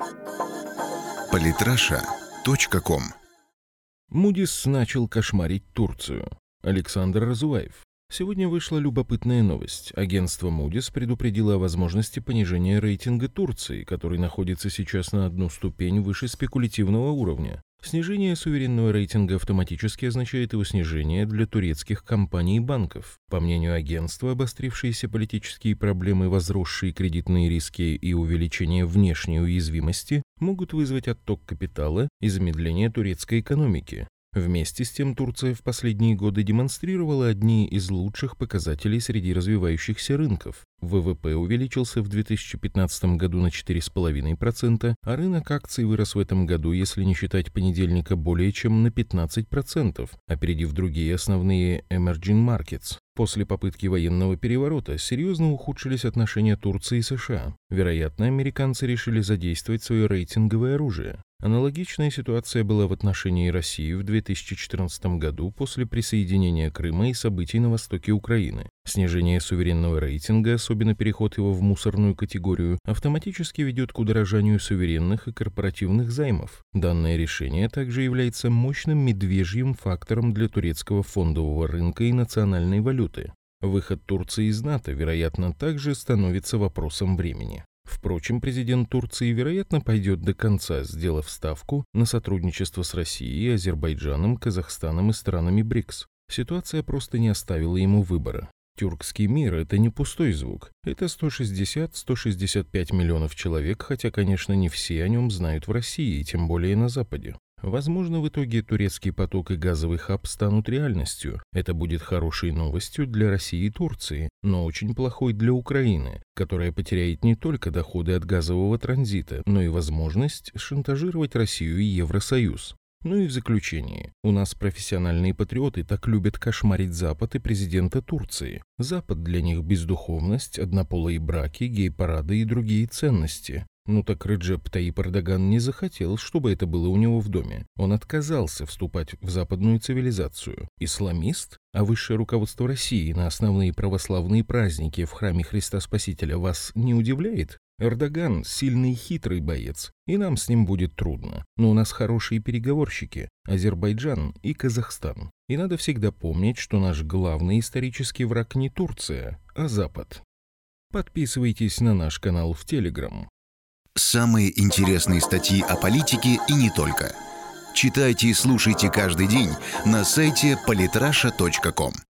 Политраша.ком. Moody's начал кошмарить Турцию. Александр Разуваев. Сегодня вышла любопытная новость. Агентство Moody's предупредило о возможности понижения рейтинга Турции, который находится сейчас на одну ступень выше спекулятивного уровня. Снижение суверенного рейтинга автоматически означает его снижение для турецких компаний и банков. По мнению агентства, обострившиеся политические проблемы, возросшие кредитные риски и увеличение внешней уязвимости могут вызвать отток капитала и замедление турецкой экономики. Вместе с тем, Турция в последние годы демонстрировала одни из лучших показателей среди развивающихся рынков. ВВП увеличился в 2015 году на 4,5%, а рынок акций вырос в этом году, если не считать понедельника, более чем на 15%, опередив другие основные emerging markets. После попытки военного переворота серьезно ухудшились отношения Турции и США. Вероятно, американцы решили задействовать свое рейтинговое оружие. Аналогичная ситуация была в отношении России в 2014 году после присоединения Крыма и событий на востоке Украины. Снижение суверенного рейтинга, особенно переход его в мусорную категорию, автоматически ведет к удорожанию суверенных и корпоративных займов. Данное решение также является мощным медвежьим фактором для турецкого фондового рынка и национальной валюты. Выход Турции из НАТО, вероятно, также становится вопросом времени. Впрочем, президент Турции, вероятно, пойдет до конца, сделав ставку на сотрудничество с Россией, Азербайджаном, Казахстаном и странами БРИКС. Ситуация просто не оставила ему выбора. Тюркский мир – это не пустой звук. Это 160-165 миллионов человек, хотя, конечно, не все о нем знают в России, и тем более на Западе. Возможно, в итоге турецкий поток и газовый хаб станут реальностью. Это будет хорошей новостью для России и Турции, но очень плохой для Украины, которая потеряет не только доходы от газового транзита, но и возможность шантажировать Россию и Евросоюз. Ну и в заключение. У нас профессиональные патриоты так любят кошмарить Запад и президента Турции. Запад для них бездуховность, однополые браки, гей-парады и другие ценности. Ну так Реджеп Таyyip Эрдоган не захотел, чтобы это было у него в доме. Он отказался вступать в западную цивилизацию. Исламист? А высшее руководство России на основные православные праздники в храме Христа Спасителя вас не удивляет? Эрдоган – сильный и хитрый боец, и нам с ним будет трудно. Но у нас хорошие переговорщики – Азербайджан и Казахстан. И надо всегда помнить, что наш главный исторический враг не Турция, а Запад. Подписывайтесь на наш канал в Telegram. Самые интересные статьи о политике и не только. Читайте и слушайте каждый день на сайте politrasha.com.